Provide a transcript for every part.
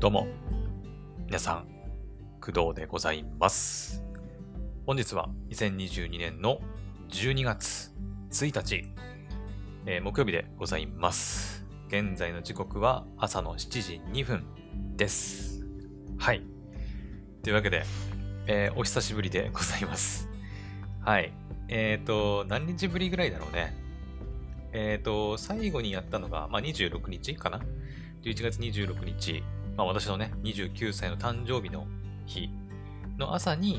どうも、皆さん、工藤でございます。本日は2022年の12月1日、木曜日でございます。現在の時刻は朝の7時2分です。はい。というわけで、お久しぶりでございます。はい。何日ぶりぐらいだろうね。最後にやったのが、26日かな ?11 月26日。私のね、29歳の誕生日の日の朝に、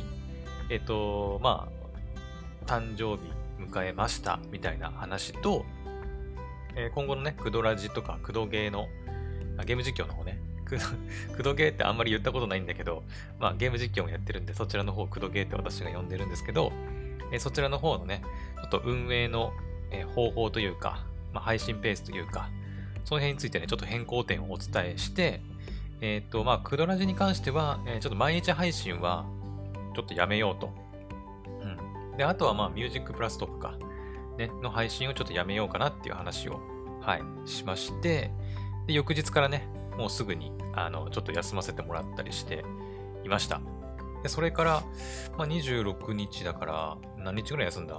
誕生日迎えましたみたいな話と、今後のね、クドラジとかクドゲーの、ゲーム実況の方ね、クドゲーってあんまり言ったことないんだけど、ゲーム実況もやってるんで、そちらの方、クドゲーって私が呼んでるんですけど、そちらの方のね、ちょっと運営の、方法というか、配信ペースというか、その辺についてね、ちょっと変更点をお伝えして、クドラジに関しては、ちょっと毎日配信は、ちょっとやめようと。うん。で、あとはミュージックプラスとか、ね、の配信をちょっとやめようかなっていう話を、はい、しまして、で、翌日からね、もうすぐに、ちょっと休ませてもらったりしていました。で、それから、26日だから、何日ぐらい休んだ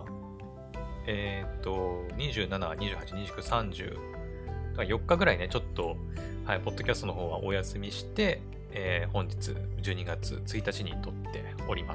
27、28、29、30、4日ぐらいね、ちょっと、はい、ポッドキャストの方はお休みして、本日12月1日に撮っております。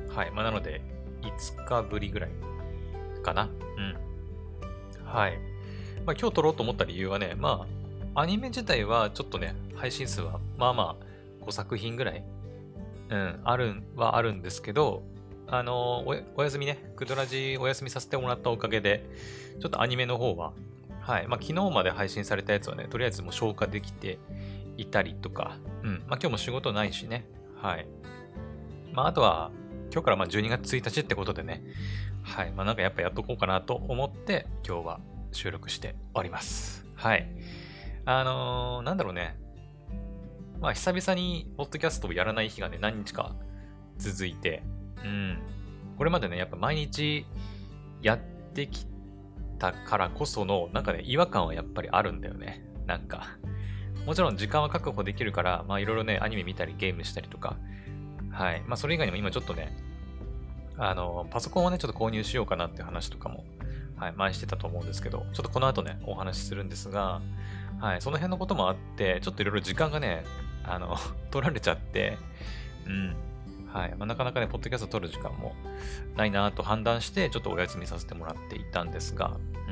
はい。なので、5日ぶりぐらいかな。うん。はい。今日撮ろうと思った理由はね、アニメ自体はちょっとね、配信数は、5作品ぐらい、あるんですけど、お休みね、クドラジお休みさせてもらったおかげで、ちょっとアニメの方は、はい。昨日まで配信されたやつはね、とりあえずもう消化できていたりとか、今日も仕事ないしね。はい。あとは、今日から12月1日ってことでね、はい。なんかやっぱやっとこうかなと思って、今日は収録しております。はい。なんだろうね。久々にポッドキャストをやらない日がね、何日か続いて、これまでね、やっぱ毎日やってきたからこその、なんかね、違和感はやっぱりあるんだよね。なんか、もちろん時間は確保できるから、いろいろね、アニメ見たりゲームしたりとか、はい。それ以外にも今ちょっとね、パソコンをね、ちょっと購入しようかなっていう話とかも、はい、前してたと思うんですけど、ちょっとこの後ね、お話しするんですが、はい、その辺のこともあって、ちょっといろいろ時間がね、取られちゃって、はい。なかなかね、ポッドキャスト撮る時間もないなと判断して、ちょっとお休みさせてもらっていたんですが、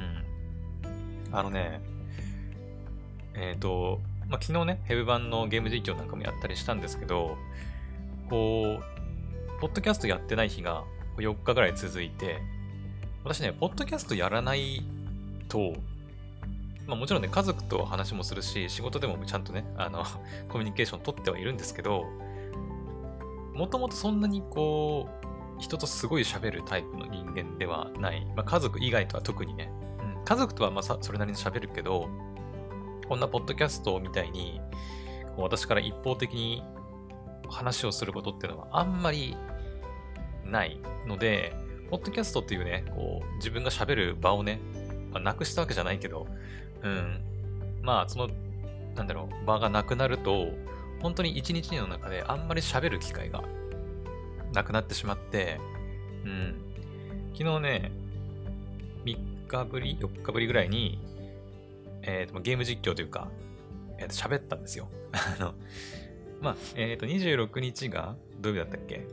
昨日ね、ヘブ版のゲーム実況なんかもやったりしたんですけど、こう、ポッドキャストやってない日が4日ぐらい続いて、私ね、ポッドキャストやらないと、もちろんね、家族と話もするし、仕事でもちゃんとね、コミュニケーション取ってはいるんですけど、もともとそんなに人とすごい喋るタイプの人間ではない。家族以外とは特にね。家族とはそれなりに喋るけど、こんなポッドキャストみたいに、私から一方的に話をすることっていうのはあんまりないので、ポッドキャストっていうね、自分が喋る場をね、なくしたわけじゃないけど、その、場がなくなると、本当に一日の中であんまり喋る機会がなくなってしまって、昨日ね、3日ぶり、4日ぶりぐらいに、ゲーム実況というか、喋ったんですよ。26日が土曜日だったっけ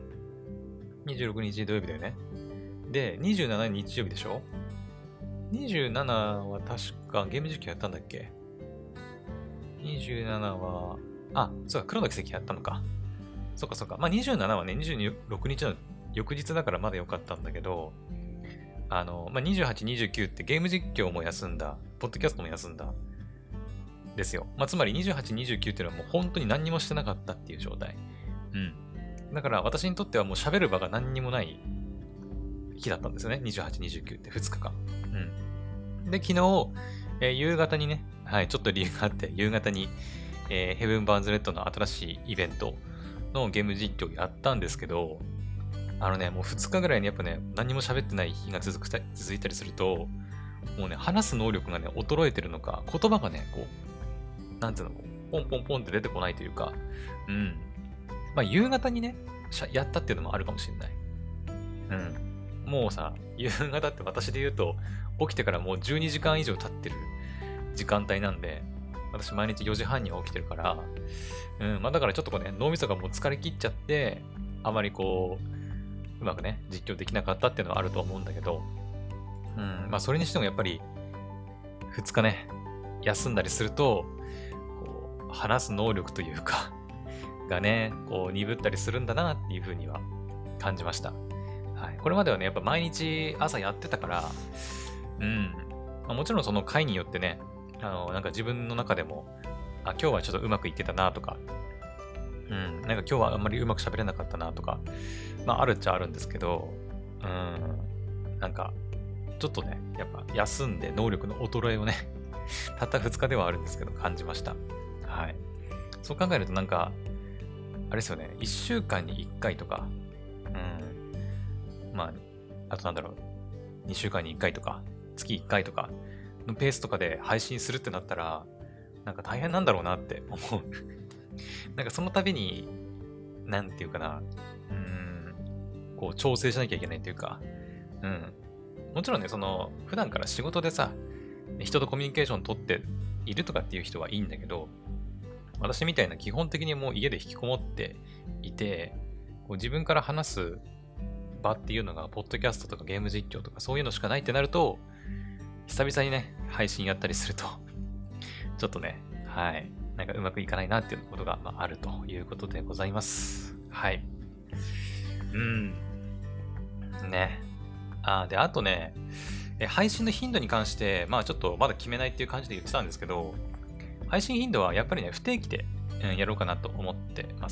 ?26 日土曜日だよね。で、27日日曜日でしょ ?27 は確かゲーム実況やったんだっけ ?27 は、そうか、黒の奇跡やったのか。そっかそっか。27はね、26日の翌日だからまだ良かったんだけど、28、29ってゲーム実況も休んだ、ポッドキャストも休んだ、ですよ。つまり28、29っていうのはもう本当に何にもしてなかったっていう状態。だから私にとってはもう喋る場が何にもない日だったんですよね。28、29って2日間。で、昨日、夕方にね、はい、ちょっと理由があって、夕方に、ヘブン・バーンズ・レッドの新しいイベントのゲーム実況をやったんですけど、もう2日ぐらいにやっぱね、何も喋ってない日が続いたりすると、もうね、話す能力がね、衰えてるのか、言葉がね、なんていうの、 ポンポンポンって出てこないというか、まあ、夕方にね、やったっていうのもあるかもしれない。もうさ、夕方って私で言うと、起きてからもう12時間以上経ってる時間帯なんで、私毎日4時半には起きてるから、まあだからちょっとこうね、脳みそがもう疲れ切っちゃって、あまりこう、うまくね、実況できなかったっていうのはあると思うんだけど、まあそれにしてもやっぱり、2日ね、休んだりすると、こう、話す能力というか、がね、こう鈍ったりするんだなっていうふうには感じました。はい。これまではね、やっぱ毎日朝やってたから、まあ、もちろんその回によってね、なんか自分の中でも、今日はちょっとうまくいってたなとか、なんか今日はあんまりうまく喋れなかったなとか、まああるっちゃあるんですけど、なんか、ちょっとね、やっぱ休んで能力の衰えをね、たった2日ではあるんですけど感じました。はい。そう考えるとなんか、あれですよね、1週間に1回とか、まあ、あとなんだろう、2週間に1回とか、月1回とかのペースとかで配信するってなったら、なんか大変なんだろうなって思う。なんかその度に、なんていうかな、こう調整しなきゃいけないというか、もちろんね、その、普段から仕事でさ、人とコミュニケーション取っているとかっていう人はいいんだけど、私みたいな基本的にもう家で引きこもっていて、こう自分から話す場っていうのが、ポッドキャストとかゲーム実況とかそういうのしかないってなると、久々にね、配信やったりすると、ちょっとね、はい、なんかうまくいかないなっていうことが、あるということでございます。はい。ね。で、あとね、配信の頻度に関して、まあちょっとまだ決めないっていう感じで言ってたんですけど、配信頻度はやっぱりね、不定期で、やろうかなと思ってます。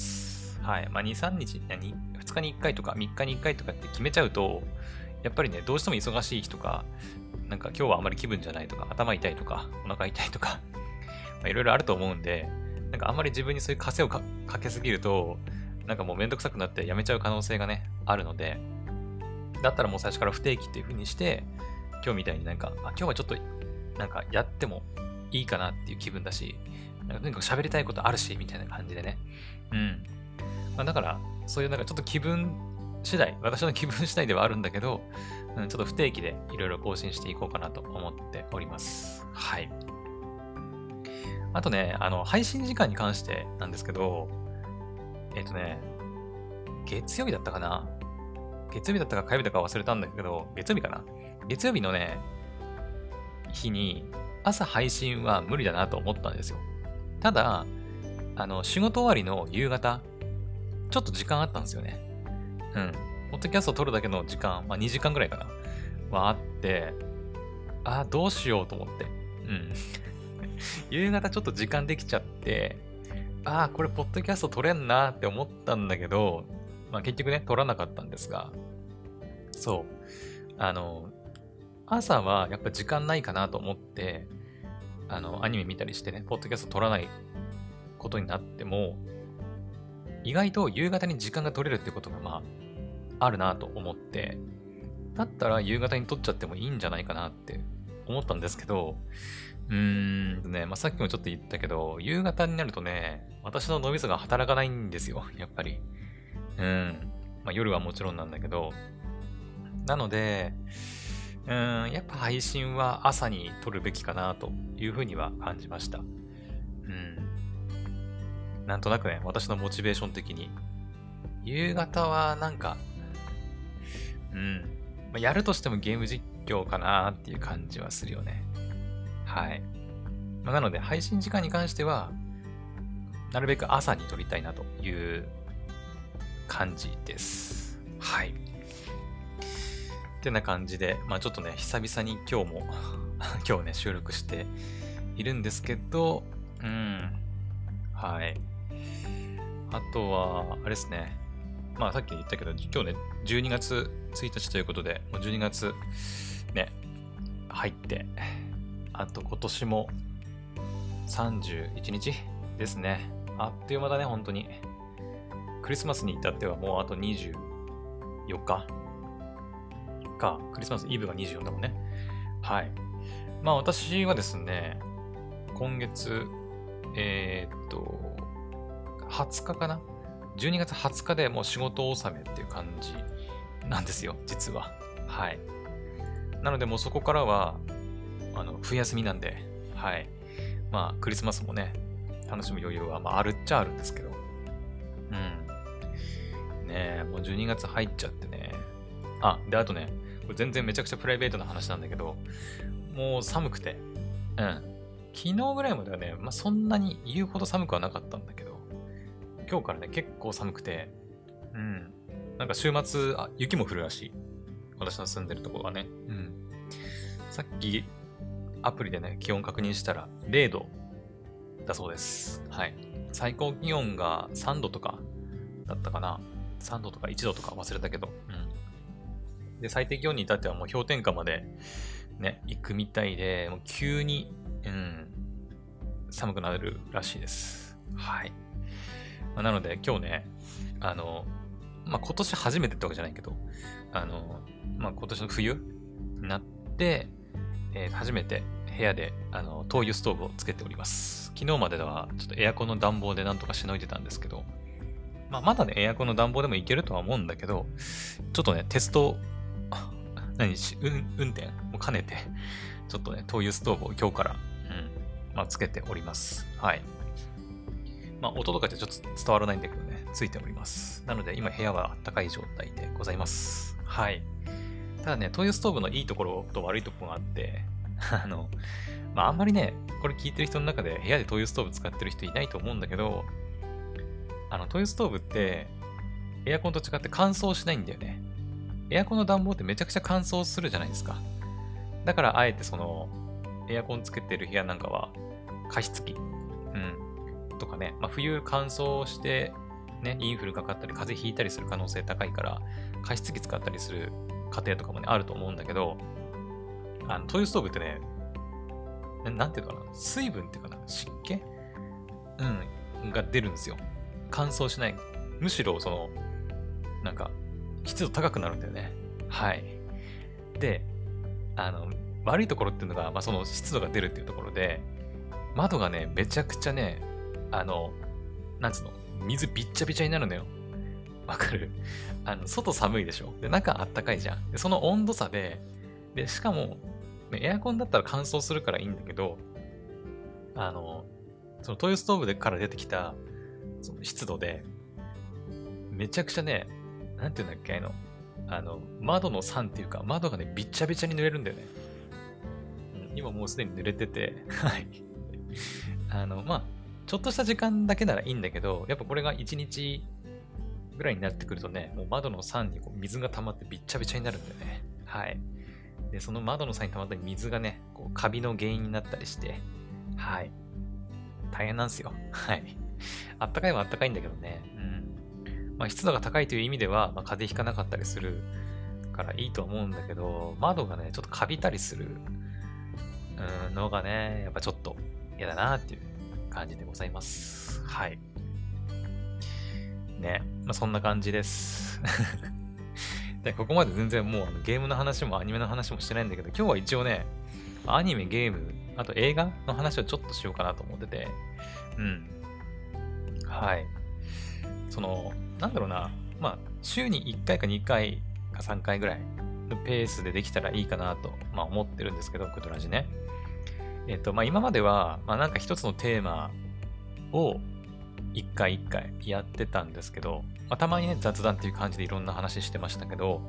はい。まあ2、3日、2日に1回とか3日に1回とかって決めちゃうと、やっぱりね、どうしても忙しい日とか、なんか今日はあまり気分じゃないとか、頭痛いとか、お腹痛いとか、いろいろあると思うんで、なんかあんまり自分にそういう枷をかけすぎると、なんかもうめんどくさくなってやめちゃう可能性がね、あるので、だったらもう最初から不定期っていう風にして、今日みたいになんか、今日はちょっと、なんかやってもいいかなっていう気分だし、なんかとにかく喋りたいことあるし、みたいな感じでね。だから、そういうなんかちょっと気分次第、私の気分次第ではあるんだけど、ちょっと不定期でいろいろ更新していこうかなと思っております。はい。あとね、配信時間に関してなんですけど、月曜日だったかな、月曜日だったか火曜日だったか忘れたんだけど、月曜日かな、月曜日のね、日に朝配信は無理だなと思ったんですよ。ただ、仕事終わりの夕方、ちょっと時間あったんですよね。ポッドキャストを撮るだけの時間、2時間ぐらいかな、はあって、どうしようと思って。夕方ちょっと時間できちゃって、これポッドキャスト撮れんなって思ったんだけど、結局ね、撮らなかったんですが、そう。朝はやっぱ時間ないかなと思って、アニメ見たりしてね、ポッドキャスト撮らないことになっても、意外と夕方に時間が取れるってことがあるなと思って、だったら夕方に撮っちゃってもいいんじゃないかなって思ったんですけど、さっきもちょっと言ったけど、夕方になるとね、私の脳みそが働かないんですよ、やっぱり。夜はもちろんなんだけど、なので、やっぱ配信は朝に撮るべきかなというふうには感じました。なんとなくね、私のモチベーション的に。夕方はなんか、やるとしてもゲーム実況かなっていう感じはするよね。はい。なので、配信時間に関しては、なるべく朝に撮りたいなという感じです。はい。ってな感じで、ちょっとね、久々に今日も今日ね、収録しているんですけど、はい。あとは、あれですね。さっき言ったけど、今日ね、12月1日ということで、もう12月ね、入って、あと今年も31日ですね。あっという間だね、本当に。クリスマスに至ってはもうあと24日か。クリスマスイブが24だもんね。はい。私はですね、今月 20日かな ?12 月20日でもう仕事納めっていう感じなんですよ、実は。はい。なのでもうそこからは、冬休みなんで、はい。まあ、クリスマスもね、楽しむ余裕は、まあ、あるっちゃあるんですけど。うん。ねえ、もう12月入っちゃってね。あ、で、あとね、これ全然めちゃくちゃプライベートな話なんだけど、もう寒くて、うん。昨日ぐらいまではね、まあ、そんなに言うほど寒くはなかったんだけど、今日からね、結構寒くて、うん。なんか週末、雪も降るらしい。私の住んでるところはね。うん。さっき、アプリでね、気温確認したら0度だそうです。はい。最高気温が3度とかだったかな。3度とか1度とか忘れたけど。うん。で、最低気温に至ってはもう氷点下までね、行くみたいで、もう急に、寒くなるらしいです。はい。なので今日ね、まあ、今年初めてってわけじゃないけど、まあ、今年の冬になって、初めて部屋で、灯油ストーブをつけております。昨日まではちょっとエアコンの暖房でなんとかしのいでたんですけど、まあ、まだね、エアコンの暖房でもいけるとは思うんだけど、ちょっとね、テスト、運転も兼ねて、ちょっとね、灯油ストーブを今日から、まあ、つけております。はい。まあ、音とかじゃちょっと伝わらないんだけどね、ついております。なので、今部屋は暖かい状態でございます。はい。ただね、灯油ストーブのいいところと悪いところがあって、まあ、あんまりね、これ聞いてる人の中で部屋で灯油ストーブ使ってる人いないと思うんだけど、灯油ストーブって、エアコンと違って乾燥しないんだよね。エアコンの暖房ってめちゃくちゃ乾燥するじゃないですか。だから、あえてその、エアコンつけてる部屋なんかは、加湿器。とかね、まあ、冬乾燥して、ね、インフルかかったり、風邪ひいたりする可能性高いから、加湿器使ったりする家庭とかもね、あると思うんだけど、灯油ストーブってね、なんていうのかな、水分っていうかな、湿気が出るんですよ。乾燥しない。むしろ、なんか、湿度高くなるんだよね。はい。で、悪いところっていうのが、まあ、その湿度が出るっていうところで、窓がね、めちゃくちゃね、なんつうの、水びっちゃびちゃになるのよ。わかる？外寒いでしょ？で、中あったかいじゃん。で、その温度差で、しかも、エアコンだったら乾燥するからいいんだけど、その灯油ストーブから出てきた、その湿度で、めちゃくちゃね、なんていうんだっけ、窓の酸っていうか、窓がね、びっちゃびちゃに濡れるんだよね。今もうすでに濡れてて、はい。まあ、ちょっとした時間だけならいいんだけど、やっぱこれが1日ぐらいになってくるとね、もう窓の酸にこう水が溜まってびっちゃびちゃになるんだよね。はい。で、その窓の酸に溜まった水がね、こうカビの原因になったりして、はい。大変なんですよ。はい。あったかいはあったかいんだけどね。まあ、湿度が高いという意味では、まあ、風邪ひかなかったりするからいいと思うんだけど、窓がね、ちょっとカビたりするのがね、やっぱちょっと嫌だなっていう感じでございます。はい。ね。まあ、そんな感じです。で、ここまで全然もうゲームの話もアニメの話もしてないんだけど、今日は一応ね、アニメ、ゲーム、あと映画の話をちょっとしようかなと思ってて、はい。なんだろうな、まあ、週に1回か2回か3回ぐらいのペースでできたらいいかなと、まあ、思ってるんですけど、クドラジね。まあ、今までは、まあ、なんか一つのテーマを一回一回やってたんですけど、まあ、たまにね、雑談っていう感じでいろんな話してましたけど、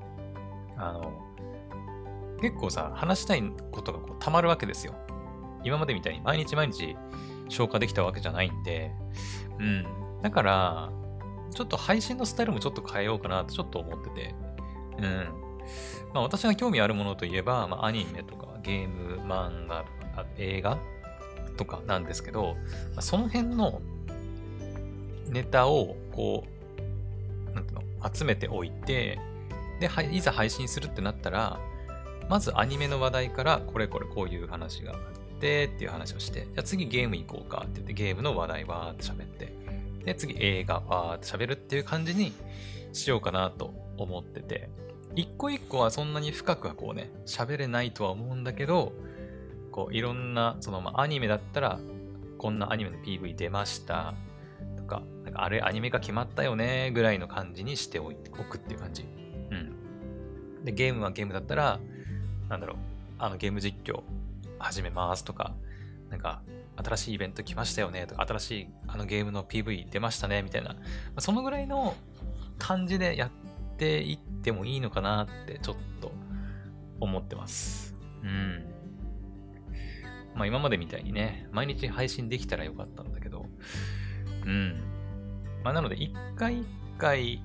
結構さ、話したいことがこう溜まるわけですよ。今までみたいに毎日毎日消化できたわけじゃないんで、だから、ちょっと配信のスタイルもちょっと変えようかなとちょっと思ってて、まあ私が興味あるものといえば、まあアニメとかゲーム、漫画、映画とかなんですけど、まあ、その辺のネタをこう、なんていうの、集めておいて、で、いざ配信するってなったら、まずアニメの話題からこれこういう話があってっていう話をして、じゃあ次ゲーム行こうかって言ってゲームの話題わーって喋って、で次映画わーって喋るっていう感じにしようかなと思ってて、一個一個はそんなに深くはこうね、喋れないとは思うんだけど、こういろんな、アニメだったら、 こんなアニメの PV 出ましたとか、なんかあれアニメが決まったよねぐらいの感じにしておくっていう感じ。うん。で、ゲームはゲームだったら、なんだろう、ゲーム実況始めますとか、なんか、新しいイベント来ましたよねとか、新しいゲームの PV 出ましたねみたいな、そのぐらいの感じでやっていってもいいのかなってちょっと思ってます。うん。まあ今までみたいにね、毎日配信できたらよかったんだけど、うん。まあなので、一回一回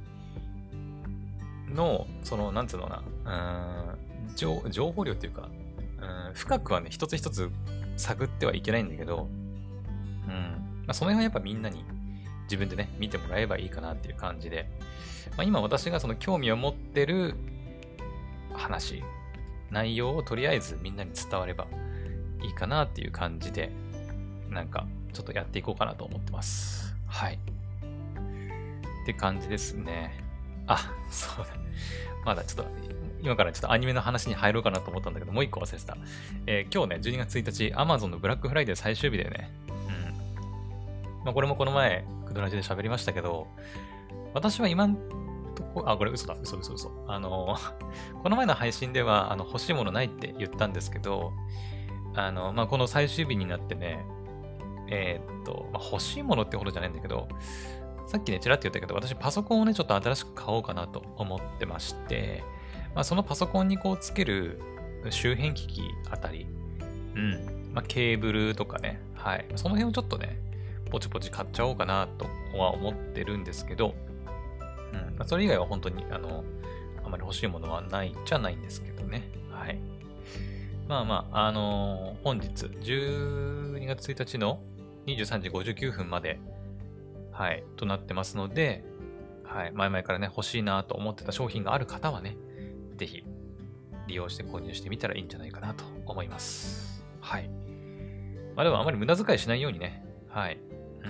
の、なんつうのかな、情報量っていうか、深くはね、一つ一つ探ってはいけないんだけど、その辺はやっぱみんなに自分でね、見てもらえばいいかなっていう感じで、今私がその興味を持ってる話、内容をとりあえずみんなに伝わればいいかなっていう感じで、なんかちょっとやっていこうかなと思ってます。はい。って感じですね。あ、そうだ。まだちょっと、今からちょっとアニメの話に入ろうかなと思ったんだけど、もう一個忘れてた。今日ね、12月1日、Amazon のブラックフライデー最終日でね。これもこの前、クドラジで喋りましたけど、私は今んとこ、これ嘘だ、嘘。この前の配信では、欲しいものないって言ったんですけど、この最終日になってね、欲しいものってほどじゃないんだけど、さっきね、ちらっと言ったけど、私パソコンをね、ちょっと新しく買おうかなと思ってまして、そのパソコンにこうつける周辺機器あたり、ケーブルとかね、はい。その辺をちょっとね、ポチポチ買っちゃおうかなとは思ってるんですけど、それ以外は本当に、あまり欲しいものはないじゃないんですけどね。はい。本日、12月1日の23時59分まで、はい、となってますので、はい、前々からね、欲しいなと思ってた商品がある方はね、ぜひ利用して購入してみたらいいんじゃないかなと思います。はい。でもあまり無駄遣いしないようにね、はい。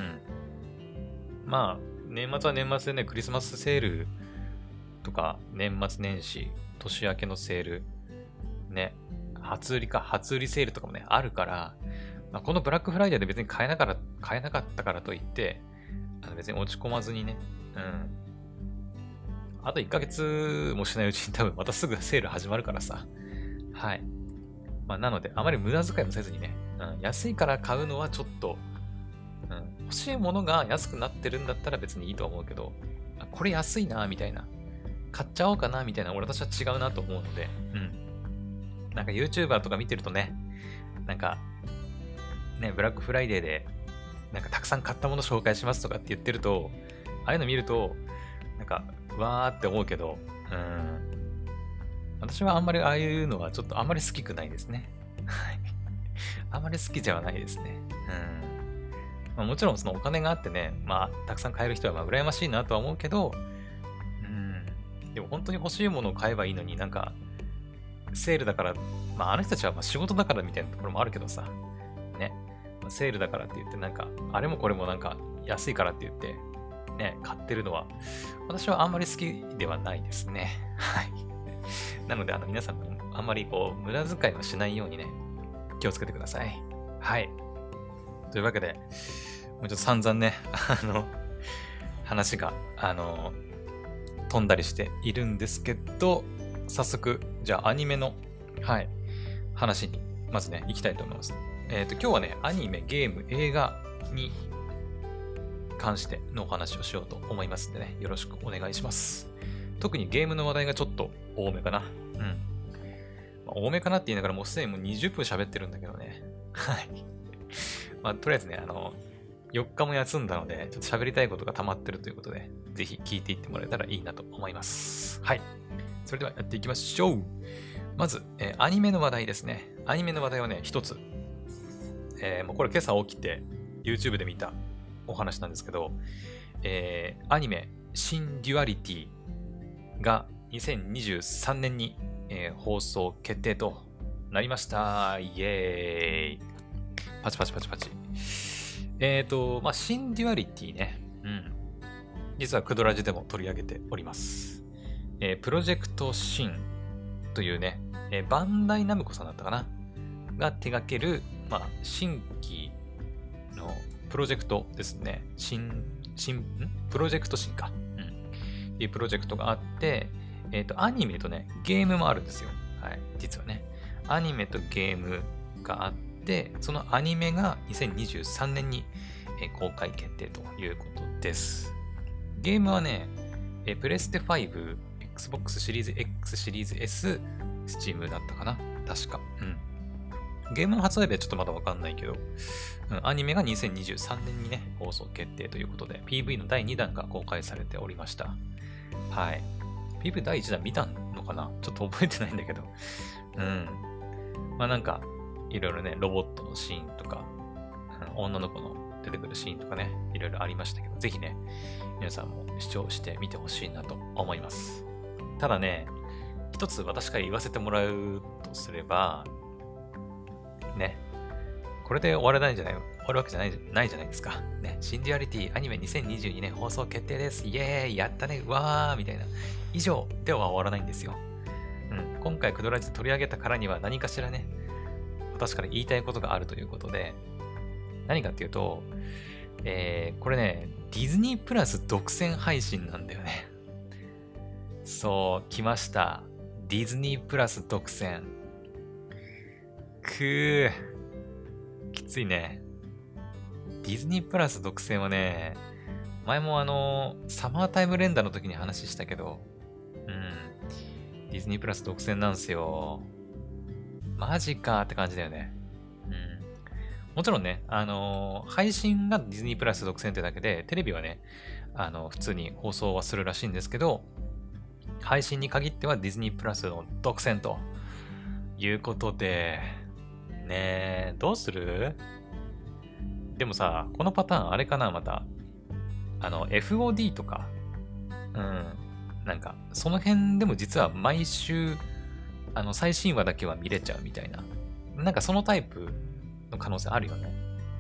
年末は年末でね、クリスマスセールとか、年末年始、年明けのセール、ね、初売りセールとかもね、あるから、このブラックフライデーで別に買えなかったからといって、別に落ち込まずにね、あと1ヶ月もしないうちに多分またすぐセール始まるからさ。はい。なので、あまり無駄遣いもせずにね、安いから買うのはちょっと、欲しいものが安くなってるんだったら別にいいと思うけど、これ安いな、みたいな。買っちゃおうかな、みたいな、私は違うなと思うので、なんか YouTuber とか見てるとね、なんか、ね、ブラックフライデーで、なんかたくさん買ったもの紹介しますとかって言ってると、ああいうの見ると、なんか、わーって思うけど、私はあんまりああいうのはちょっとあんまり好きくないですね。はい。あんまり好きではないですね。もちろんそのお金があってね、たくさん買える人は羨ましいなとは思うけど、でも本当に欲しいものを買えばいいのになんか、セールだから、あの人たちは仕事だからみたいなところもあるけどさ、ね、セールだからって言ってなんか、あれもこれもなんか安いからって言って、ね、買ってるのは、私はあんまり好きではないですね。はい。なので、皆さんもあんまりこう、無駄遣いはしないようにね、気をつけてください。はい。というわけで、もうちょっと散々ね、話が、飛んだりしているんですけど、早速、じゃあアニメの、はい、話に、まずね、行きたいと思います。今日はね、アニメ、ゲーム、映画に関してのお話をしようと思いますんでね、よろしくお願いします。特にゲームの話題がちょっと多めかな。多めかなって言いながらもうすでにもう20分喋ってるんだけどね。はい。とりあえずね、4日も休んだので、ちょっと喋りたいことが溜まってるということで、ぜひ聞いていってもらえたらいいなと思います。はい。それではやっていきましょう。まず、アニメの話題ですね。アニメの話題はね、一つ。もうこれ今朝起きて YouTube で見たお話なんですけど、アニメ、新デュアリティが2023年に、放送決定となりました。イエーイ。パチパチパチパチ。新デュアリティね。実はクドラジでも取り上げております。プロジェクトシンというね、バンダイナムコさんだったかなが手掛ける、新規のプロジェクトですね。プロジェクト新か。っていうプロジェクトがあって、アニメとね、ゲームもあるんですよ。はい。実はね。アニメとゲームがあって、そのアニメが2023年に公開決定ということです。ゲームはね、プレステ5、Xbox シリーズ X、シリーズ S、Steam だったかな確か。ゲームの発売日はちょっとまだわかんないけど、アニメが2023年にね、放送決定ということで、PV の第2弾が公開されておりました。はい。PV 第1弾見たのかなちょっと覚えてないんだけど。まあなんか、いろいろね、ロボットのシーンとか、女の子の出てくるシーンとかね、いろいろありましたけど、ぜひね、皆さんも視聴してみてほしいなと思います。ただね、一つ私から言わせてもらうとすれば、ね、これで終わるわけじゃないじゃないですか。ね、シンデュアリティアニメ2022年放送決定です。イエーイやったねうわーみたいな。以上では終わらないんですよ。今回クドラジで取り上げたからには何かしらね、私から言いたいことがあるということで、何かっていうと、これね、ディズニープラス独占配信なんだよね。そう、来ました。ディズニープラス独占。きついね。ディズニープラス独占はね、前もサマータイム連打の時に話したけど、ディズニープラス独占なんすよ。マジかって感じだよね。もちろんね、配信がディズニープラス独占ってだけで、テレビはね、普通に放送はするらしいんですけど、配信に限ってはディズニープラスの独占ということで、ねえ、どうする？でもさ、このパターンあれかな、また。FOD とか、なんか、その辺でも実は毎週、最新話だけは見れちゃうみたいな。なんかそのタイプの可能性あるよね。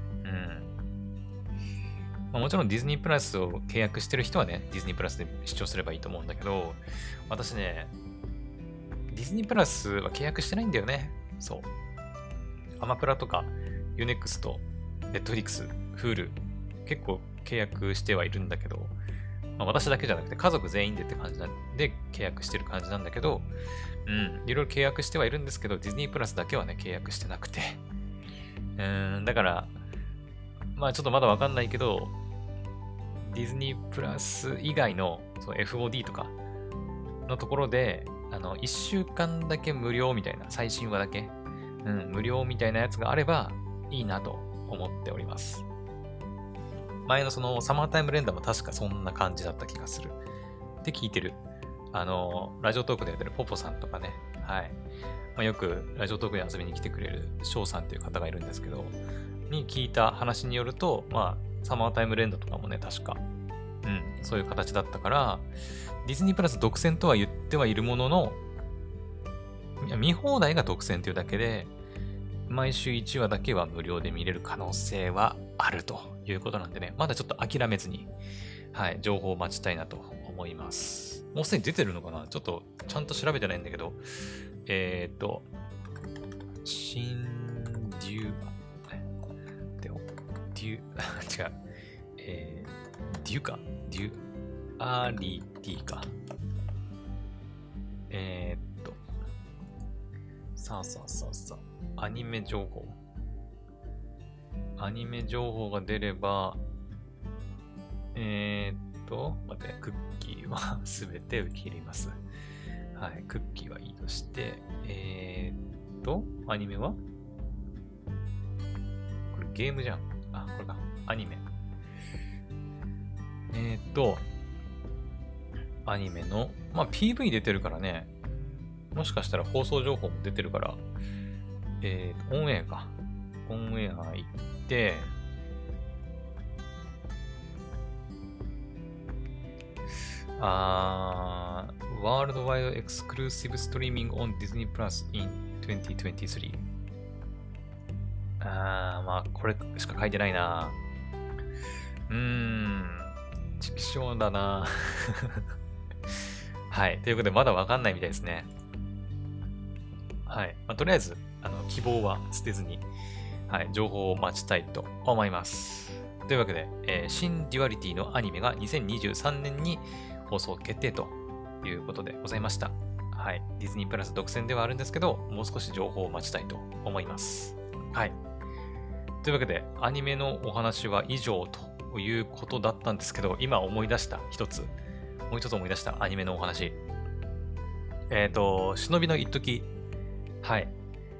もちろんディズニープラスを契約してる人はね、ディズニープラスで視聴すればいいと思うんだけど、私ね、ディズニープラスは契約してないんだよね。そう。アマプラとか、ユネクスト、ネットフリックス、Hulu、結構契約してはいるんだけど、私だけじゃなくて家族全員でって感じで契約してる感じなんだけど、いろいろ契約してはいるんですけど、ディズニープラスだけはね、契約してなくて。だから、まあちょっとまだわかんないけど、ディズニープラス以外のその FOD とかのところで、1週間だけ無料みたいな、最新話だけ、無料みたいなやつがあればいいなと思っております。前のそのサマータイム連打も確かそんな感じだった気がする。って聞いてる。ラジオトークでやってるポポさんとかね。はい。よくラジオトークに遊びに来てくれる翔さんという方がいるんですけど、に聞いた話によると、サマータイム連打とかもね、確か、そういう形だったから、ディズニープラス独占とは言ってはいるものの、見放題が独占というだけで、毎週1話だけは無料で見れる可能性はあるということなんでね、まだちょっと諦めずに、はい、情報を待ちたいなと思います。もうすでに出てるのかなちょっとちゃんと調べてないんだけど、シンデュ違う、デュか、デュアリティか。さあ、アニメ情報が出れば、待って、クッキーはすべて受け入れます。はい、クッキーはいいとして、アニメはこれゲームじゃん。あ、これか。アニメ。アニメの、PV 出てるからね。もしかしたら放送情報も出てるから、オンエアか。オンエア行って、Worldwide Exclusive Streaming on Disney Plus in 2023。これしか書いてないな。畜生だな。はい。ということで、まだわかんないみたいですね。はい。とりあえず、希望は捨てずに、はい。情報を待ちたいと思います。 というわけで、新デュアリティのアニメが2023年に放送決定ということでございました。はい。ディズニープラス独占ではあるんですけど、もう少し情報を待ちたいと思います。はい。というわけで、アニメのお話は以上ということだったんですけど、今思い出したもう一つ思い出したアニメのお話。忍びの一時。はい。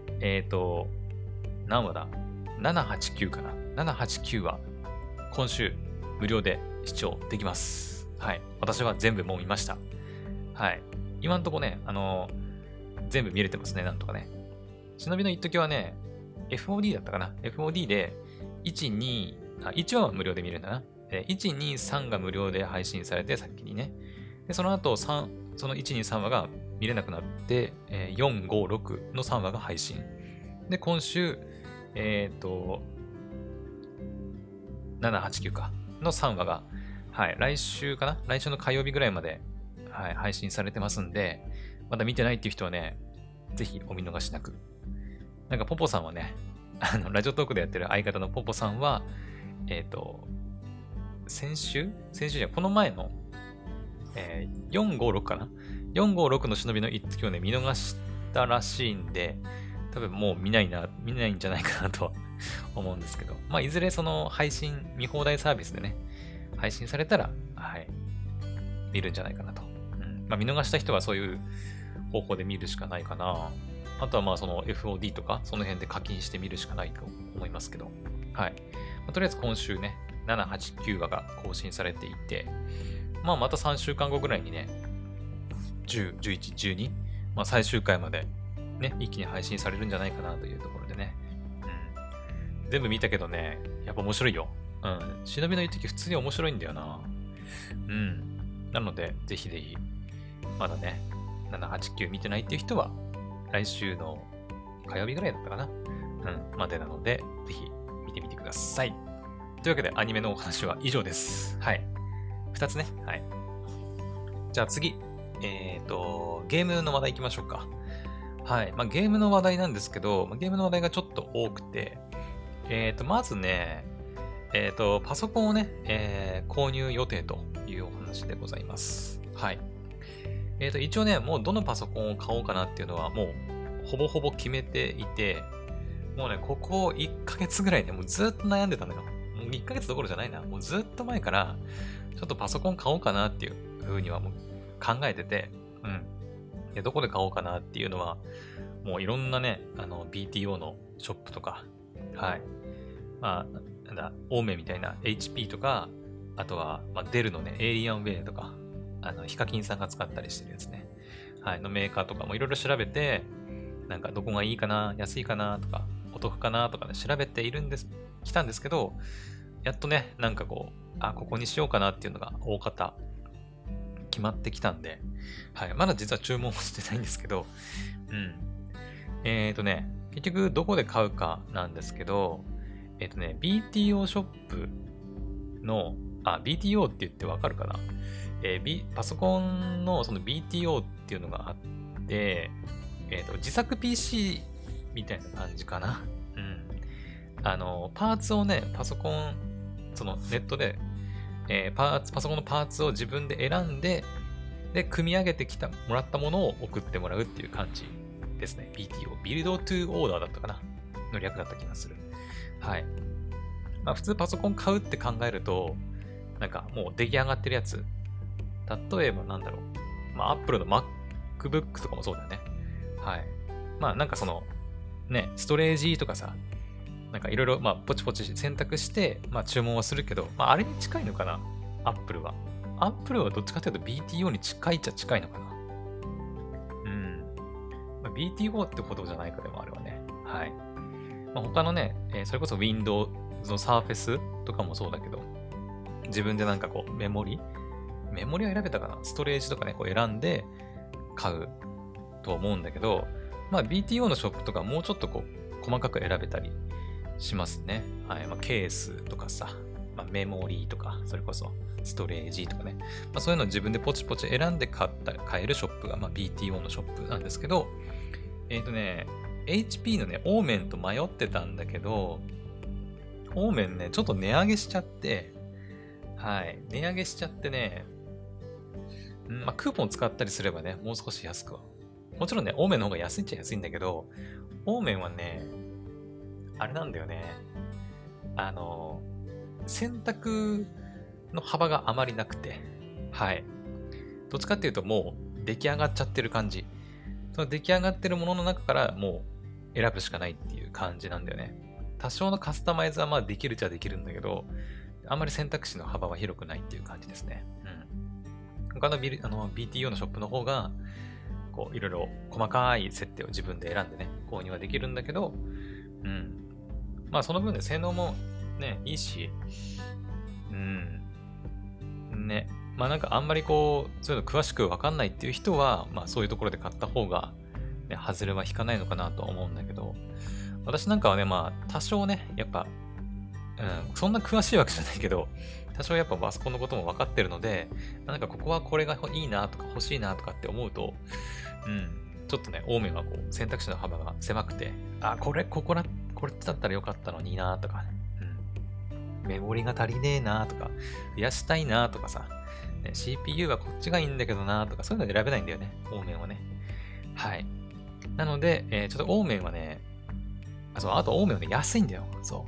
何話だ ?789 かな ?789 話、今週無料で視聴できます。はい。私は全部もう見ました。はい。今んとこね、全部見れてますね、なんとかね。忍びの一時はね、FOD だったかな ?FOD で、1、2、1話は無料で見れるんだな。1、2、3が無料で配信されて、先にね。で、その後、その1、2、3話が見れなくなって、4、5、6の3話が配信。で、今週、7、8、9か。の3話が、はい、来週かな来週の火曜日ぐらいまで、はい、配信されてますんで、まだ見てないっていう人はね、ぜひお見逃しなく。なんか、ポポさんはね、ラジオトークでやってる相方のポポさんは、先週じゃこの前の、4、5、6かな ?4、5、6の忍びの一時をね、見逃したらしいんで、多分もう見ないんじゃないかなとは思うんですけど、まあ、いずれその配信、見放題サービスでね、配信されたら、はい、見るんじゃないかなと。まあ、見逃した人はそういう方法で見るしかないかな。あとはまあその FOD とか、その辺で課金して見るしかないと思いますけど、はい。まあ、とりあえず今週ね、7、8、9話が更新されていて、まあまた3週間後ぐらいにね、10、11、12、まあ最終回までね、一気に配信されるんじゃないかなというところでね。全部見たけどね、やっぱ面白いよ。忍びの一時普通に面白いんだよな。なので、ぜひぜひ、まだね、7、8、9見てないっていう人は、来週の火曜日ぐらいだったかな。までなので、ぜひ見てみてください。というわけで、アニメのお話は以上です。はい。2つね。はい。じゃあ次。ゲームの話題行きましょうか。はい。まあ、ゲームの話題なんですけど、ゲームの話題がちょっと多くて、まずね、パソコンをね、購入予定というお話でございます。はい。一応ね、もうどのパソコンを買おうかなっていうのはもうほぼほぼ決めていて、もうね、ここ1ヶ月ぐらいね、もうずっと悩んでたのよ。もう1ヶ月どころじゃないな。もうずっと前から、ちょっとパソコン買おうかなっていう風にはもう考えてて、で、どこで買おうかなっていうのは、もういろんなね、BTO のショップとか、はい。まあ、なんだ、オーメみたいな HP とか、あとは、まあ、デルのね、エイリアンウェイとか、ヒカキンさんが使ったりしてるやつね。はい、のメーカーとかもいろいろ調べて、なんかどこがいいかな、安いかなとか、お得かなとかね、調べてきたんですけど、やっとね、なんかこう、ここにしようかなっていうのが大方決まってきたんで、はい、まだ実は注文してないんですけど、結局どこで買うかなんですけど、BTO ショップの、BTO って言ってわかるかなパソコンのその BTO っていうのがあって、自作 PC みたいな感じかな。パーツをね、パソコン、そのネットで、パソコンのパーツを自分で選んで、で、組み上げてもらったものを送ってもらうっていう感じですね。BTO。ビルドトゥーオーダーだったかなの略だった気がする。はい。まあ普通パソコン買うって考えると、なんかもう出来上がってるやつ。例えばなんだろう。まあ Apple の MacBook とかもそうだよね。はい。まあなんかその、ね、ストレージとかさ、なんかいろいろ、まあポチポチ選択して、まあ注文はするけど、まああれに近いのかな Apple は。Apple はどっちかというと BTO に近いっちゃ近いのかな。まあ、BTO ってほどじゃないかでもあるわね。はい。まあ、他のね、それこそ Windows の Surface とかもそうだけど、自分でなんかこうメモリは選べたかなストレージとかね、こう選んで買うと思うんだけど、まあ BTO のショップとかもうちょっとこう細かく選べたりしますね。はい。まあケースとかさ、まあ、メモリとか、それこそストレージとかね。まあ、そういうのを自分でポチポチ選んで買えるショップが、まあ、BTO のショップなんですけど、HP のね、オーメンと迷ってたんだけど、 オーメンね、ちょっと値上げしちゃって、はい。値上げしちゃってね、まあ、クーポン使ったりすればね、もう少し安くは。もちろんね、オーメンの方が安いっちゃ安いんだけど、オーメンはね、あれなんだよね。選択の幅があまりなくて、はい。どっちかっていうともう出来上がっちゃってる感じ。その出来上がってるものの中からもう選ぶしかないっていう感じなんだよね。多少のカスタマイズはまあできるっちゃできるんだけど、あんまり選択肢の幅は広くないっていう感じですね。他のBTO のショップの方が、こう、いろいろ細かい設定を自分で選んでね、購入はできるんだけど、まあその分で性能もね、いいし、ね。まあなんかあんまりこう、そういうの詳しくわかんないっていう人は、まあそういうところで買った方が、ね、外れは引かないのかなと思うんだけど、私なんかはね、まあ多少ね、やっぱ、そんな詳しいわけじゃないけど、多少やっぱパソコンのことも分かってるので、なんかここはこれがいいなとか欲しいなとかって思うと、ちょっとね、オーメンはこう選択肢の幅が狭くて、これだったらよかったのになとかね、メモリが足りねえなとか、増やしたいなとかさ、ね、CPU はこっちがいいんだけどなとか、そういうの選べないんだよね、オーメンはね。はい。なので、ちょっとオーメンはね、あとオーメンはね、安いんだよ。そう。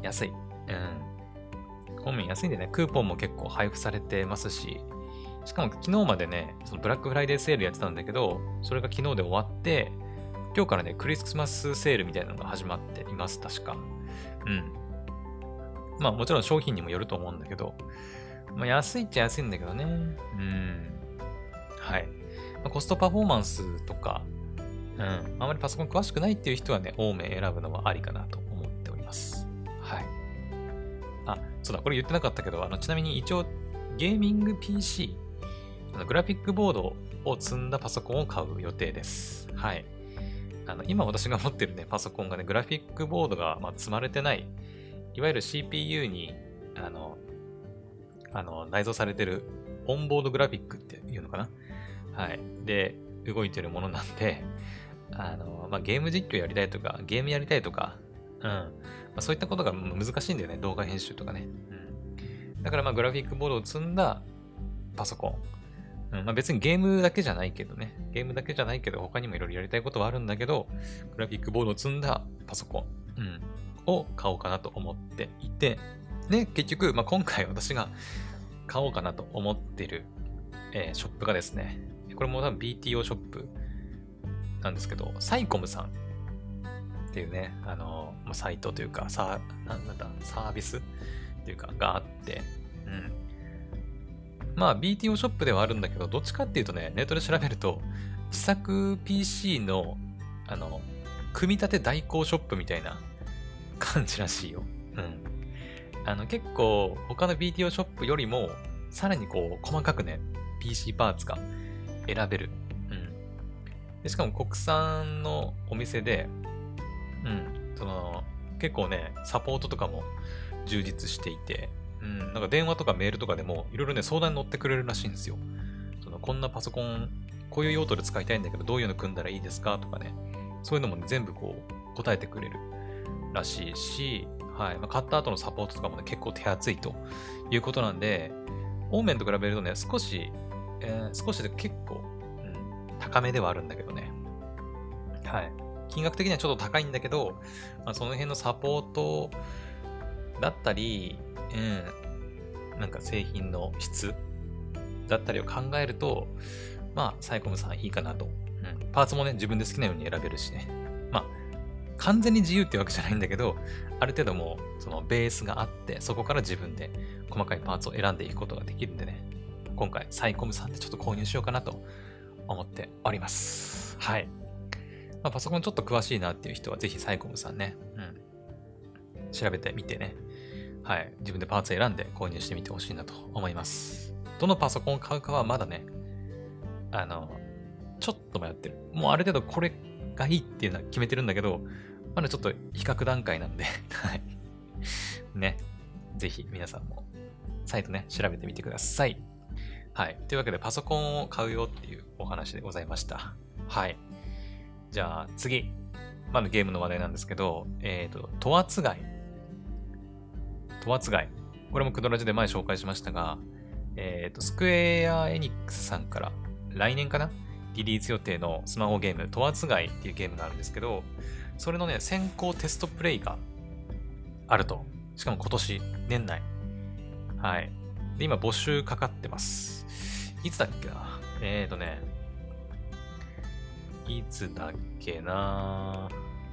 安い。オーメン安いんでね、クーポンも結構配布されてますし、しかも昨日までね、そのブラックフライデーセールやってたんだけど、それが昨日で終わって、今日からね、クリスマスセールみたいなのが始まっています、確か。まあもちろん商品にもよると思うんだけど、まあ安いっちゃ安いんだけどね。はい。まあ、コストパフォーマンスとか、あまりパソコン詳しくないっていう人はね、オーメン選ぶのはありかなと思っております。はい。そうだ、これ言ってなかったけど、ちなみに一応、ゲーミング PC、グラフィックボードを積んだパソコンを買う予定です。はい。今私が持ってるね、パソコンがね、グラフィックボードが、積まれてない、いわゆる CPU に、内蔵されてるオンボードグラフィックっていうのかな。はい。で、動いてるものなんで、ゲーム実況やりたいとか、ゲームやりたいとか、そういったことが難しいんだよね。動画編集とかね。だからグラフィックボードを積んだパソコン。別にゲームだけじゃないけどね。ゲームだけじゃないけど、他にもいろいろやりたいことはあるんだけど、グラフィックボードを積んだパソコン、を買おうかなと思っていて、で、結局、今回私が買おうかなと思ってる、ショップがですね、これも多分 BTO ショップなんですけど、サイコムさんっていうね、サイトというか、サービスっていうか、があって、BTO ショップではあるんだけど、どっちかっていうとね、ネットで調べると、自作 PC の、組み立て代行ショップみたいな感じらしいよ。結構、他の BTO ショップよりも、さらにこう、細かくね、PC パーツが選べる。でしかも国産のお店で、結構ね、サポートとかも充実していて、なんか電話とかメールとかでもいろいろね、相談に乗ってくれるらしいんですよ。こんなパソコン、こういう用途で使いたいんだけど、どういうの組んだらいいですかとかね、そういうのもね、全部こう、答えてくれるらしいし、はい。買った後のサポートとかもね、結構手厚いということなんで、オーメンと比べるとね、少しで結構、高めではあるんだけどね。はい。金額的にはちょっと高いんだけど、その辺のサポートだったり、なんか製品の質だったりを考えると、サイコムさんいいかなと。パーツもね、自分で好きなように選べるしね。完全に自由ってわけじゃないんだけど、ある程度もう、そのベースがあって、そこから自分で細かいパーツを選んでいくことができるんでね。今回、サイコムさんでちょっと購入しようかなと思っております。はい。パソコンちょっと詳しいなっていう人は、ぜひサイコムさんね、調べてみてね。はい。自分でパーツ選んで購入してみてほしいなと思います。どのパソコンを買うかはまだね、ちょっと迷ってる。もうある程度これがいいっていうのは決めてるんだけど、まだちょっと比較段階なんで、はい。ね。ぜひ皆さんもサイトね、調べてみてください。はい。というわけでパソコンを買うよっていうお話でございました。はい。じゃあ次。まだゲームの話題なんですけど、トワツガイ。 トワツガイ。これもクドラジで前紹介しましたが、スクエアエニックスさんから来年かなリリース予定のスマホゲーム、トワツガイっていうゲームがあるんですけど、それのね、先行テストプレイがあると。しかも今年、年内。はい。で、今募集かかってます。いつだっけないつだっけな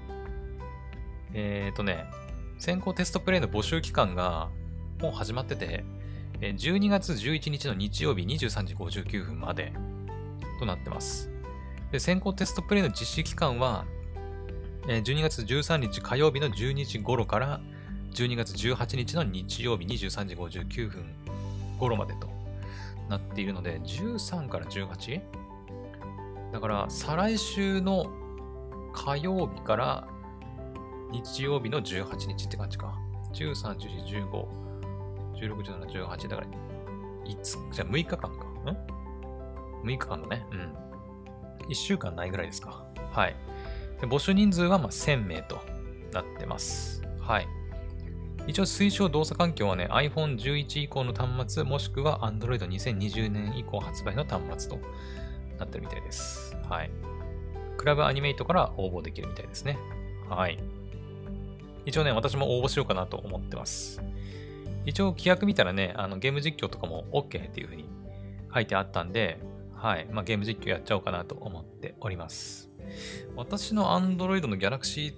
先行テストプレイの募集期間がもう始まってて、12月11日の日曜日23時59分までとなってます。で、先行テストプレイの実施期間は、12月13日火曜日の12時頃から12月18日の日曜日23時59分頃までとなっているので、13から 18？ だから、再来週の火曜日から日曜日の18日って感じか。13、14、15、16、17、18だから、じゃあ6日間か。6日間だね。1週間ないぐらいですか。はい。で募集人数は1000名となってます。はい。一応推奨動作環境はね、iPhone 11以降の端末、もしくは Android 2020年以降発売の端末となってるみたいです。はい。クラブアニメイトから応募できるみたいですね。はい。一応ね、私も応募しようかなと思ってます。一応規約見たらね、ゲーム実況とかも OK っていう風に書いてあったんで、はい。ゲーム実況やっちゃおうかなと思っております。私の Android の Galaxy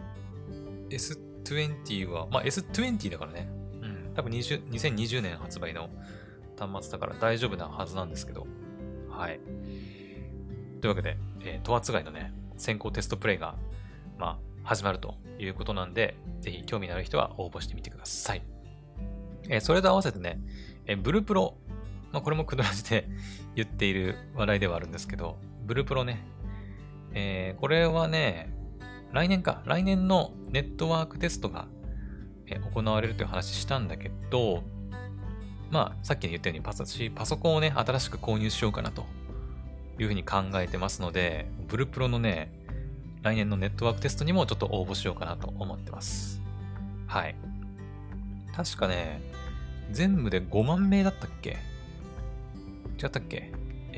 S20 は、S20 だからね。多分2020年発売の端末だから大丈夫なはずなんですけど。はい。というわけで、トアツガイのね、先行テストプレイが、始まるということなんで、ぜひ興味のある人は応募してみてください。それと合わせてね、ブルプロ、これもくだらじで言っている話題ではあるんですけど、ブルプロね、これはね、来年のネットワークテストが、行われるという話したんだけど、さっき言ったようにパソコンをね、新しく購入しようかなというふうに考えてますので、ブルプロのね、来年のネットワークテストにもちょっと応募しようかなと思ってます。はい。確かね、全部で5万名だったっけ？違ったっけ？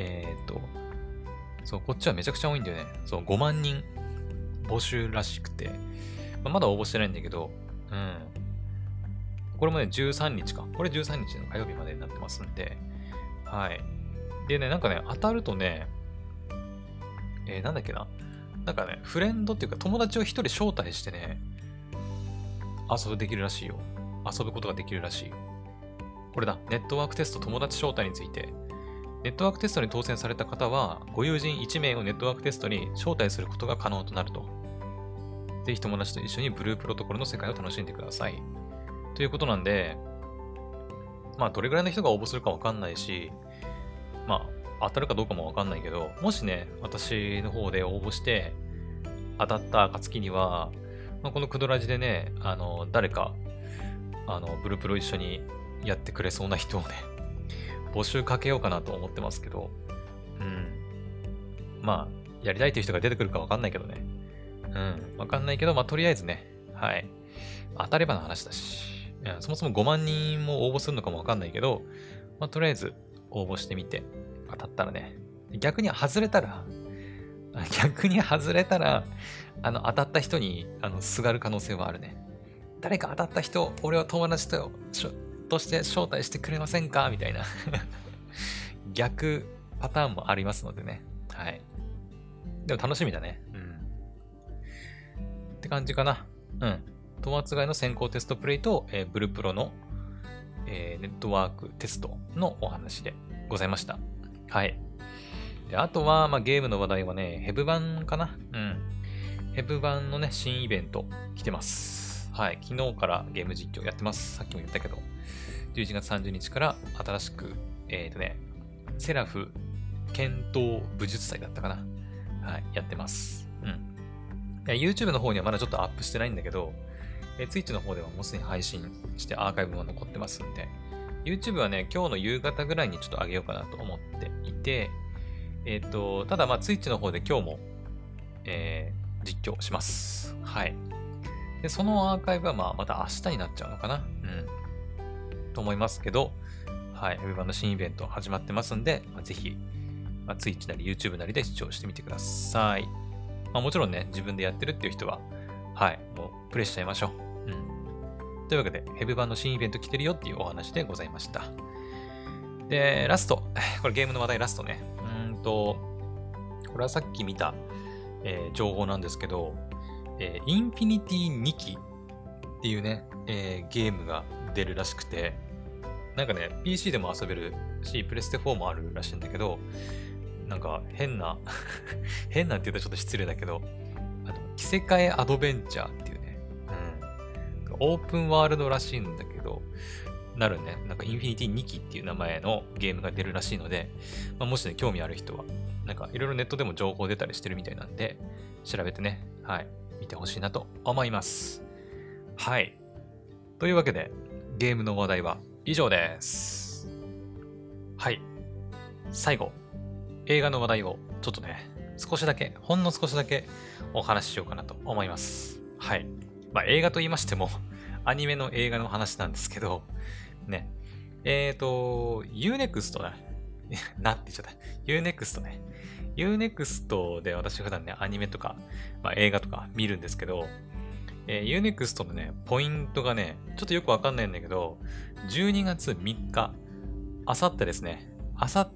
そう、こっちはめちゃくちゃ多いんだよね。そう、5万人募集らしくて。まだ応募してないんだけど、これもね、13日か。これ13日の火曜日までになってますんで、はい。でね、当たるとね、なんだっけな。フレンドっていうか友達を一人招待してね、遊ぶことができるらしい。これだ。ネットワークテスト友達招待について。ネットワークテストに当選された方は、ご友人1名をネットワークテストに招待することが可能となると。ぜひ友達と一緒にブループロトコルの世界を楽しんでください。ということなんで、どれぐらいの人が応募するかわかんないし、当たるかどうかもわかんないけど、もしね、私の方で応募して、当たった暁には、このクドラジでね、誰か、ブルプロ一緒にやってくれそうな人をね、募集かけようかなと思ってますけど、やりたいという人が出てくるかわかんないけどね。わかんないけど、とりあえずね、はい。当たればの話だし、そもそも5万人も応募するのかもわかんないけど、とりあえず応募してみて、当たったらね、逆に外れたら、当たった人に、すがる可能性はあるね。誰か当たった人、俺は友達として招待してくれませんかみたいな。逆パターンもありますのでね。はい。でも楽しみだね。って感じかな。トマツガイの先行テストプレイと、ブルプロの、ネットワークテストのお話でございました。はい。であとは、ゲームの話題はね、ヘブ版かな。ヘブ版のね、新イベント来てます。はい。昨日からゲーム実況やってます。さっきも言ったけど、11月30日から新しく、セラフ検討武術祭だったかな。はい。やってます。YouTube の方にはまだちょっとアップしてないんだけど、Twitch の方ではもうすでに配信してアーカイブも残ってますんで、YouTube はね、今日の夕方ぐらいにちょっと上げようかなと思っていて、ただTwitch の方で今日も、実況します。はい。で、そのアーカイブはまた明日になっちゃうのかな。 と思いますけど、はい、ウェブ版の新イベント始まってますんで、ぜひ、Twitch なり YouTube なりで視聴してみてください。もちろんね、自分でやってるっていう人は、はい、もうプレイしちゃいましょう。というわけで、ヘブ版の新イベント来てるよっていうお話でございました。で、ラスト。これゲームの話題ラストね。これはさっき見た、情報なんですけど、インフィニティ2期っていうね、ゲームが出るらしくて、なんかね、PC でも遊べるし、プレステ4もあるらしいんだけど、なんか変な変なって言ったらちょっと失礼だけど、着せ替えアドベンチャーっていうね、オープンワールドらしいんだけど、なるね、なんかインフィニティ2期っていう名前のゲームが出るらしいので、もしね、興味ある人は、なんかいろいろネットでも情報出たりしてるみたいなんで、調べてね、はい、見てほしいなと思います。はい。というわけで、ゲームの話題は以上です。はい。最後、映画の話題をちょっとね、ほんの少しだけお話ししようかなと思います。はい。映画と言いましても、アニメの映画の話なんですけど、ね。Unext だ。なって言っちゃった。Unext ね。Unext で私普段ね、アニメとか、映画とか見るんですけど、Unext のね、ポイントがね、ちょっとよくわかんないんだけど、12月3日、あさってですね、あさって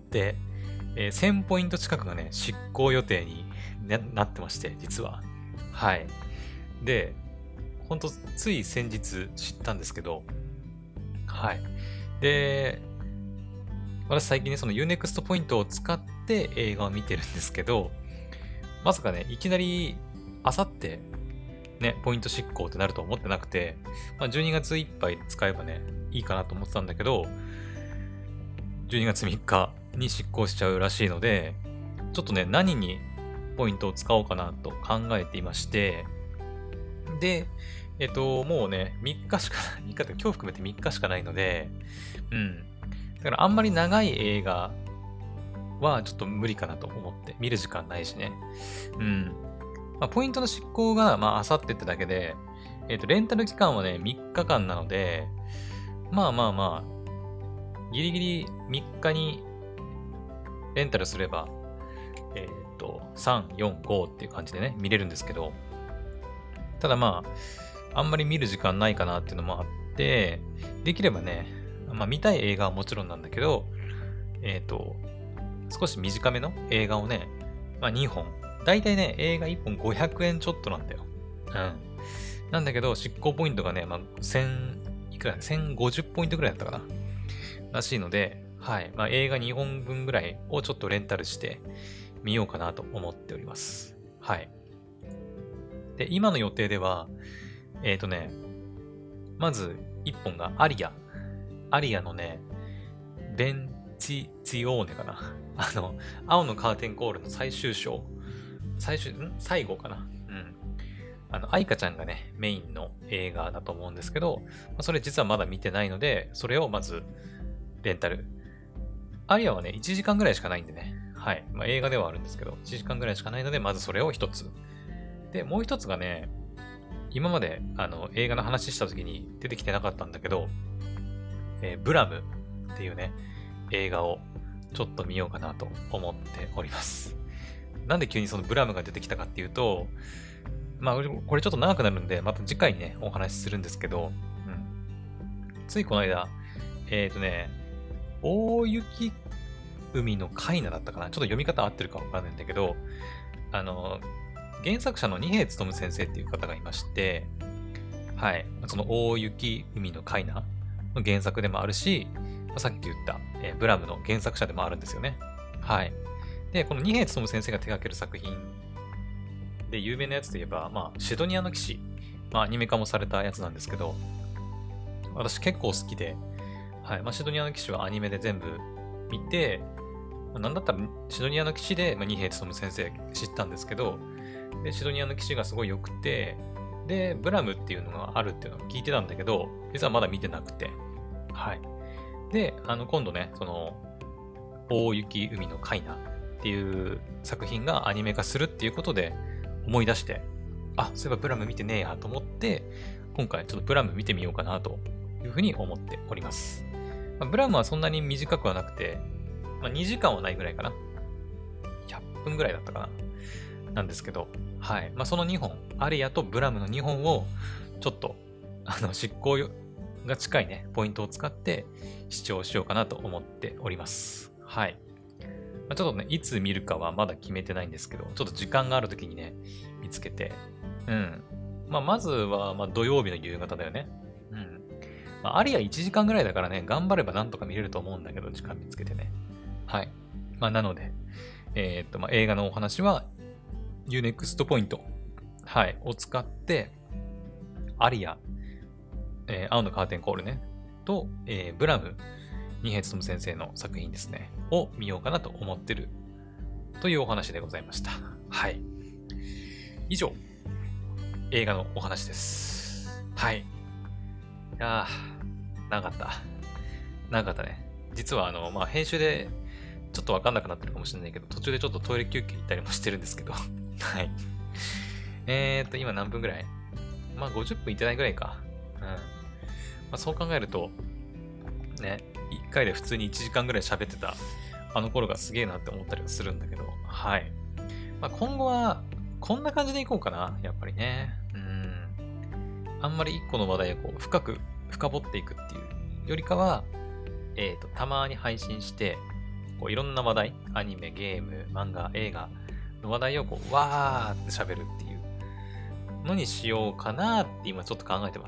、1000ポイント近くがね、執行予定になってまして、実は。はい。で、ほんと、つい先日知ったんですけど、はい。で、私最近ね、その Unext ポイントを使って映画を見てるんですけど、まさかね、いきなり、あさって、ね、ポイント執行ってなると思ってなくて、12月いっぱい使えばね、いいかなと思ってたんだけど、12月3日に執行しちゃうらしいので、ちょっとね、何にポイントを使おうかなと考えていまして、で、もうね、3日しか、3日って今日含めて3日しかないので、だからあんまり長い映画はちょっと無理かなと思って、見る時間ないしね。ポイントの執行が、あさってってだけで、レンタル期間はね、3日間なので、ギリギリ3日にレンタルすれば、3、4、5っていう感じでね、見れるんですけど、ただあんまり見る時間ないかなっていうのもあって、できればね、見たい映画はもちろんなんだけど、少し短めの映画をね、2本。だいたいね、映画1本500円ちょっとなんだよ。なんだけど、執行ポイントがね、1050ポイントぐらいだったかな。らしいので、はい。映画2本分ぐらいをちょっとレンタルしてみようかなと思っております。はい。で、今の予定では、まず1本がアリア。アリアのね、ベンチツィオーネかな。青のカーテンコールの最終章。最後かな。愛花ちゃんがね、メインの映画だと思うんですけど、それ実はまだ見てないので、それをまず、レンタル。アリアはね、1時間ぐらいしかないんでね。はい。映画ではあるんですけど、1時間ぐらいしかないので、まずそれを一つ。で、もう一つがね、今まで、映画の話した時に出てきてなかったんだけど、ブラムっていうね、映画をちょっと見ようかなと思っております。なんで急にそのブラムが出てきたかっていうと、これちょっと長くなるんで、また次回ね、お話しするんですけど、ついこの間、大雪海のカイナだったかな、ちょっと読み方合ってるかわかんないんだけど、原作者の二瓶勉先生っていう方がいまして、はい、その大雪海のカイナの原作でもあるし、さっき言った、ブラムの原作者でもあるんですよね。はい。で、この二瓶勉先生が手掛ける作品で有名なやつで言えば、シドニアの騎士、アニメ化もされたやつなんですけど、私結構好きで、はい。シドニアの騎士はアニメで全部見て、なんだったらシドニアの騎士で、二瓶勉先生知ったんですけど、で、シドニアの騎士がすごい良くて、で、ブラムっていうのがあるっていうのを聞いてたんだけど、実はまだ見てなくて、はい。で、今度ね、その、大雪海のカイナっていう作品がアニメ化するっていうことで思い出して、そういえばブラム見てねえやと思って、今回ちょっとブラム見てみようかなというふうに思っております。 ブラムはそんなに短くはなくて、2時間はないぐらいかな。100分ぐらいだったかな。なんですけど、はい。その2本、アリアとブラムの2本を、ちょっと、執行が近いね、ポイントを使って視聴しようかなと思っております。はい。ちょっとね、いつ見るかはまだ決めてないんですけど、ちょっと時間がある時にね、見つけて、まずは、土曜日の夕方だよね。アリア1時間ぐらいだからね、頑張ればなんとか見れると思うんだけど、時間見つけてね。はい。なので、映画のお話は、Unext ポイント、はい、を使って、アリア、青のカーテンコールね、と、ブラム、二平勉先生の作品ですね、を見ようかなと思ってる、というお話でございました。はい。以上、映画のお話です。はい。いやー、長かったね。実は、編集で、ちょっとわかんなくなってるかもしれないけど、途中でちょっとトイレ休憩行ったりもしてるんですけど。はい。今何分ぐらい50分いってないぐらいか。そう考えると、ね、1回で普通に1時間ぐらい喋ってた、あの頃がすげえなって思ったりはするんだけど、はい。今後は、こんな感じでいこうかな、やっぱりね。あんまり1個の話題をこう深掘っていくっていうよりかは、たまに配信して、こういろんな話題、アニメ、ゲーム、漫画、映画の話題をこう、わーって喋るっていうのにしようかなって今ちょっと考えてます。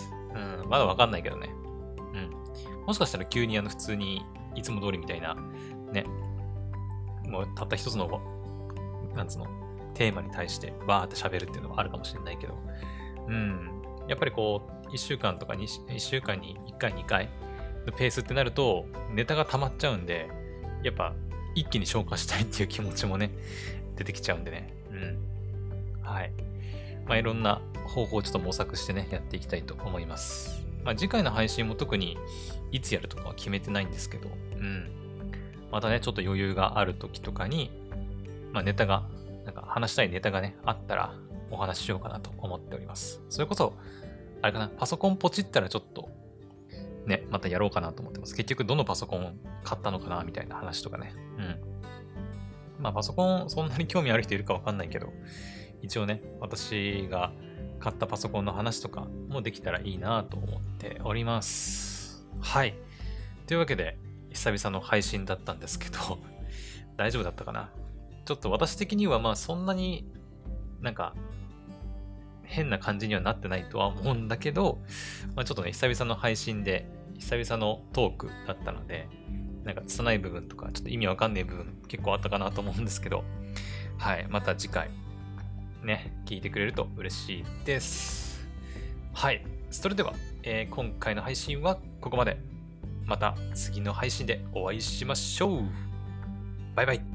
まだわかんないけどね。もしかしたら急に普通にいつも通りみたいな、ね、もうたった一つの、テーマに対してわーって喋るっていうのもあるかもしれないけど、やっぱりこう、1週間とか1週間に1回2回のペースってなると、ネタが溜まっちゃうんで、やっぱ一気に消化したいっていう気持ちもね、出てきちゃうんでね。はい。いろんな方法をちょっと模索してね、やっていきたいと思います。次回の配信も特にいつやるとかは決めてないんですけど、またね、ちょっと余裕がある時とかに、ネタが、話したいネタがね、あったらお話ししようかなと思っております。それこそ、あれかな、パソコンポチったらちょっと、ね、またやろうかなと思ってます。結局どのパソコン買ったのかなみたいな話とかね。パソコンそんなに興味ある人いるかわかんないけど、一応ね、私が買ったパソコンの話とかもできたらいいなと思っております。はい。というわけで、久々の配信だったんですけど、大丈夫だったかな？ちょっと私的にはそんなに変な感じにはなってないとは思うんだけど、ちょっとね、久々の配信で、久々のトークだったので、拙い部分とか、ちょっと意味わかんない部分結構あったかなと思うんですけど、はい、また次回、ね、聞いてくれると嬉しいです。はい、それでは、今回の配信はここまで。また次の配信でお会いしましょう。バイバイ。